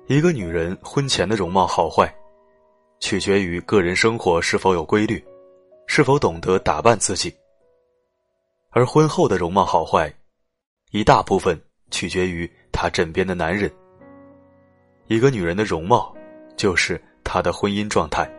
一个女人婚前的容貌好坏，取决于个人生活是否有规律，是否懂得打扮自己。而婚后的容貌好坏，一大部分取决于她枕边的男人。一个女人的容貌，就是她的婚姻状态。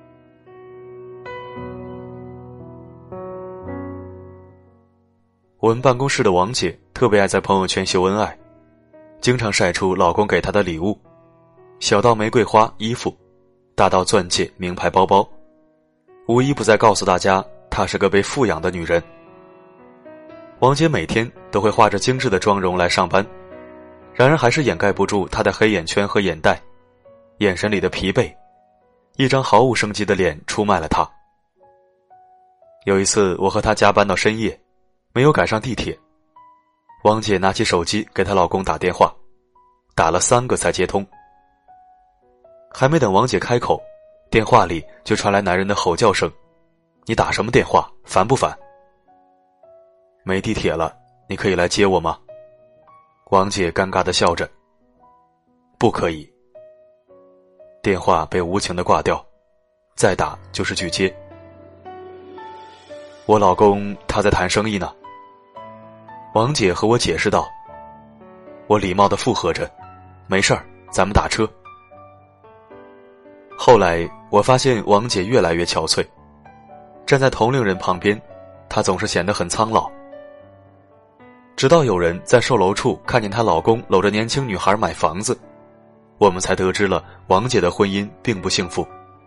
我们办公室的王姐特别爱在朋友圈秀恩爱，经常晒出老公给她的礼物，小到玫瑰花、衣服，大到钻戒、名牌包包，无一不在告诉大家她是个被富养的女人。王姐每天都会化着精致的妆容来上班，然而还是掩盖不住她的黑眼圈和眼袋，眼神里的疲惫，一张毫无生机的脸出卖了她。有一次我和她加班到深夜，没有赶上地铁，王姐拿起手机给她老公打电话，打了3个才接通。还没等王姐开口，电话里就传来男人的吼叫声：你打什么电话，烦不烦？没地铁了，你可以来接我吗？王姐尴尬地笑着。不可以。电话被无情地挂掉，再打就是拒接。我老公他在谈生意呢。王姐和我解释道。我礼貌地附和着，没事儿，咱们打车。后来我发现王姐越来越憔悴，站在同龄人旁边，她总是显得很苍老。直到有人在售楼处看见她老公搂着年轻女孩买房子，我们才得知了王姐的婚姻并不幸福。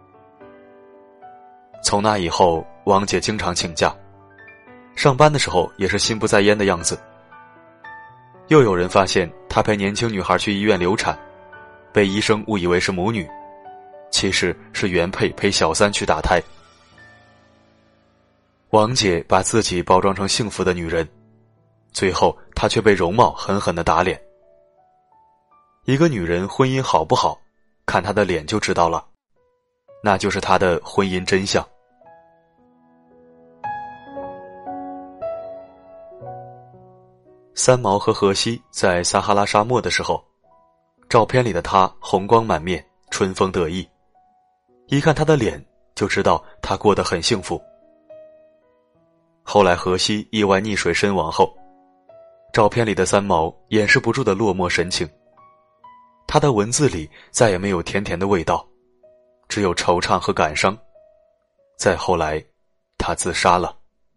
从那以后，王姐经常请假，上班的时候也是心不在焉的样子。又有人发现她陪年轻女孩去医院流产，被医生误以为是母女，其实是原配陪小三去打胎。王姐把自己包装成幸福的女人，最后她却被容貌狠狠地打脸。一个女人婚姻好不好，看她的脸就知道了，那就是她的婚姻真相。三毛和荷西在撒哈拉沙漠的时候，照片里的她红光满面，春风得意，一看她的脸就知道她过得很幸福。后来荷西意外溺水身亡后，照片里的三毛掩饰不住的落寞神情，她的文字里再也没有甜甜的味道，只有惆怅和感伤。再后来她自杀了。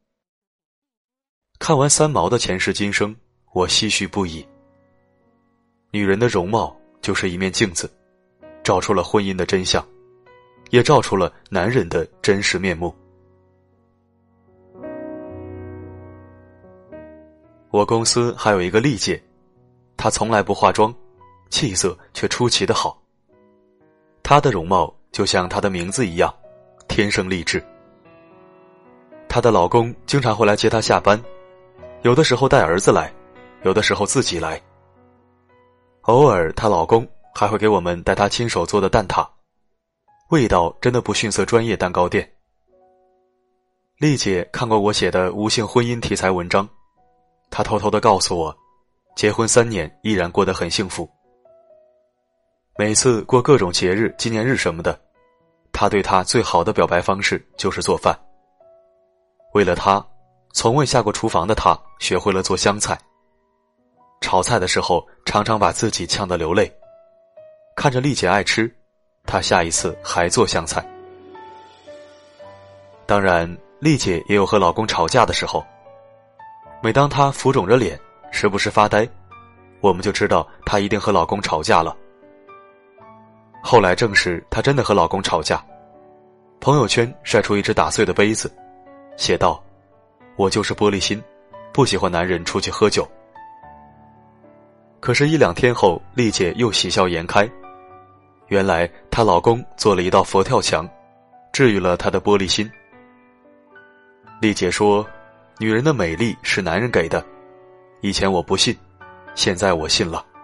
看完三毛的前世今生，我唏嘘不已。女人的容貌就是一面镜子，照出了婚姻的真相，也照出了男人的真实面目。我公司还有一个丽姐，她从来不化妆，气色却出奇的好。她的容貌就像她的名字一样，天生丽质。她的老公经常会来接她下班，有的时候带儿子来，有的时候自己来。偶尔她老公还会给我们带她亲手做的蛋挞，味道真的不逊色专业蛋糕店。丽姐看过我写的无性婚姻题材文章，她偷偷地告诉我，结婚3年依然过得很幸福。每次过各种节日、纪念日什么的，她对她最好的表白方式就是做饭。为了她，从未下过厨房的她学会了做香菜。炒菜的时候常常把自己呛得流泪，看着丽姐爱吃，她下一次还做香菜。当然，丽姐也有和老公吵架的时候，每当她浮肿着脸，时不时发呆，我们就知道她一定和老公吵架了。后来证实她真的和老公吵架，朋友圈晒出一只打碎的杯子，写道：我就是玻璃心，不喜欢男人出去喝酒。可是1-2天后，丽姐又喜笑颜开，原来她老公做了一道佛跳墙，治愈了她的玻璃心。丽姐说，女人的美丽是男人给的，以前我不信，现在我信了。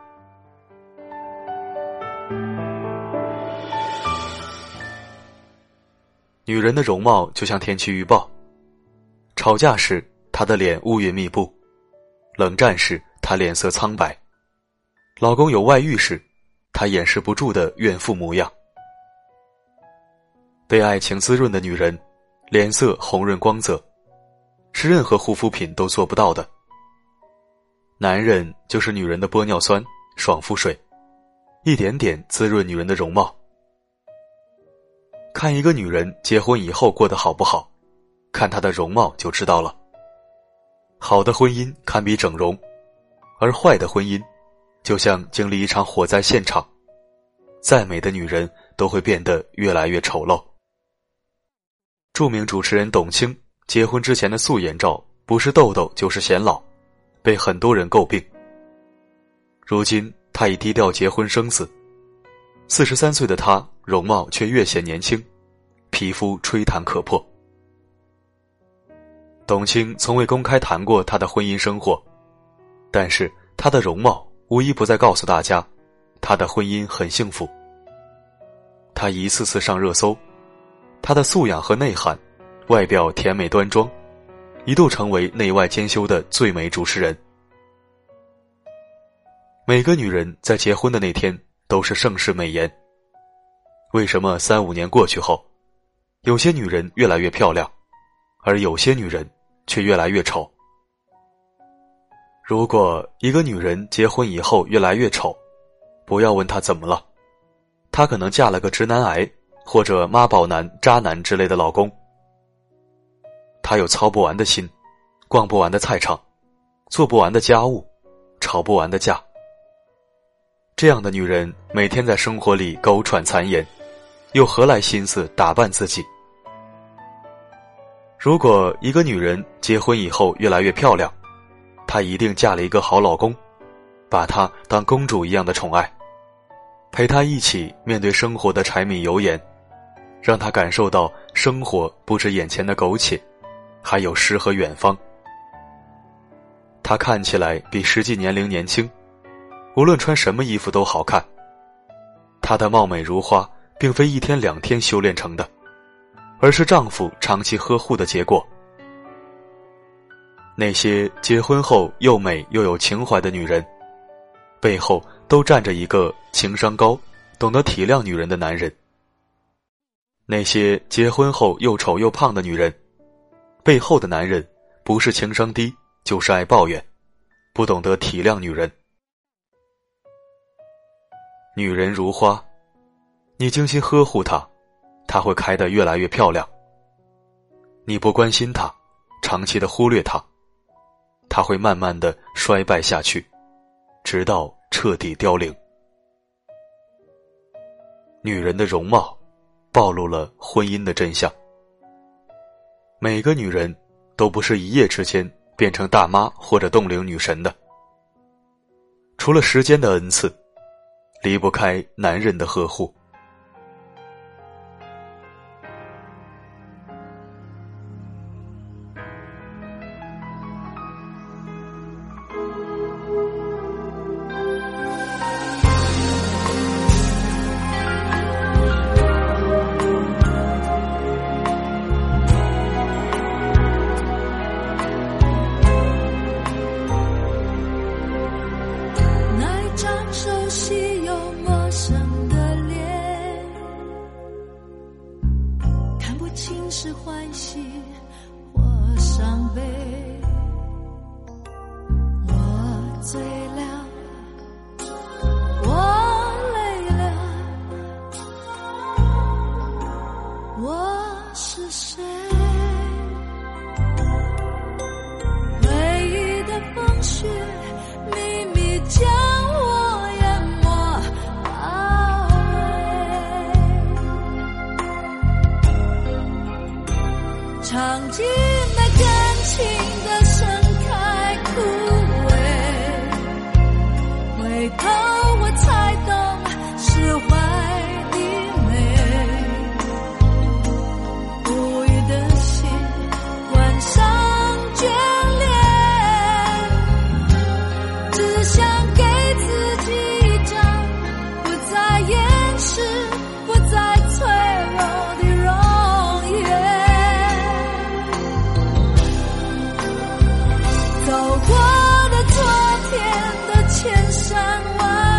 女人的容貌就像天气预报，吵架时她的脸乌云密布，冷战时她脸色苍白，老公有外遇时她掩饰不住的怨妇模样。被爱情滋润的女人，脸色红润光泽，是任何护肤品都做不到的。男人就是女人的玻尿酸、爽肤水，一点点滋润女人的容貌。看一个女人结婚以后过得好不好，看她的容貌就知道了。好的婚姻堪比整容，而坏的婚姻就像经历一场火灾现场，再美的女人都会变得越来越丑陋。著名主持人董卿结婚之前的素颜照不是痘痘就是显老，被很多人诟病。如今她已低调结婚生子，43岁的她容貌却越显年轻，皮肤吹弹可破。董卿从未公开谈过她的婚姻生活，但是她的容貌无一不在告诉大家，她的婚姻很幸福。她一次次上热搜，她的素养和内涵，外表甜美端庄，一度成为内外兼修的最美主持人。每个女人在结婚的那天都是盛世美颜，为什么3-5年过去后，有些女人越来越漂亮，而有些女人却越来越丑？如果一个女人结婚以后越来越丑，不要问她怎么了，她可能嫁了个直男癌或者妈宝男、渣男之类的老公。她有操不完的心，逛不完的菜场，做不完的家务，吵不完的架。这样的女人每天在生活里狗喘残言，又何来心思打扮自己？如果一个女人结婚以后越来越漂亮，她一定嫁了一个好老公，把她当公主一样的宠爱，陪她一起面对生活的柴米油盐，让她感受到生活不止眼前的苟且，还有诗和远方。她看起来比实际年龄年轻，无论穿什么衣服都好看。她的貌美如花并非1天2天修炼成的，而是丈夫长期呵护的结果。那些结婚后又美又有情怀的女人，背后都站着一个情商高、懂得体谅女人的男人。那些结婚后又丑又胖的女人，背后的男人不是情商低，就是爱抱怨，不懂得体谅女人。女人如花，你精心呵护她，她会开得越来越漂亮。你不关心她，长期的忽略她，她会慢慢的衰败下去，直到彻底凋零。女人的容貌暴露了婚姻的真相。每个女人都不是一夜之间变成大妈或者冻龄女神的，除了时间的恩赐，离不开男人的呵护。 熟悉又陌生的脸，看不清是欢喜或伤悲。我醉了，我累了，我是谁？回忆的风雪秘密将尝尽了感情的盛开枯萎，回头我才懂释怀的美。无语的心换上眷恋，只想给自己一张不再掩饰、不再脆弱的容颜。走过的昨天的千山万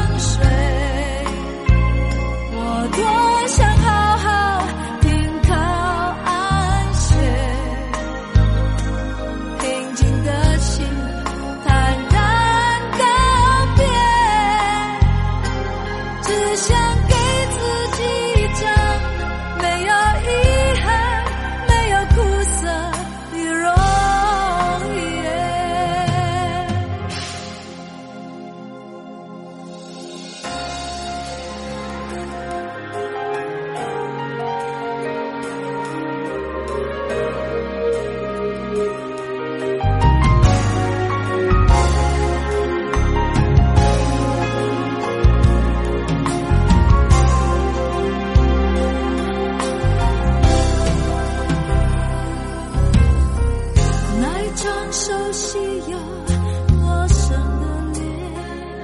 张熟悉又陌生的脸，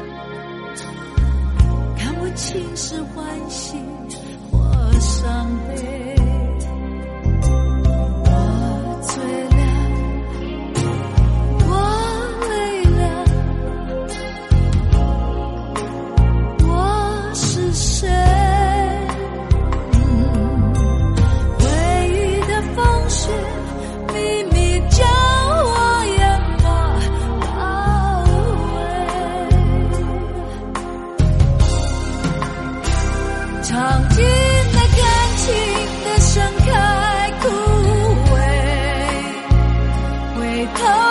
看不清是欢喜或伤悲。我醉了，我累了，我是谁？回忆的风雪秘密将我淹没包围，尝尽了感情的盛开枯萎，回头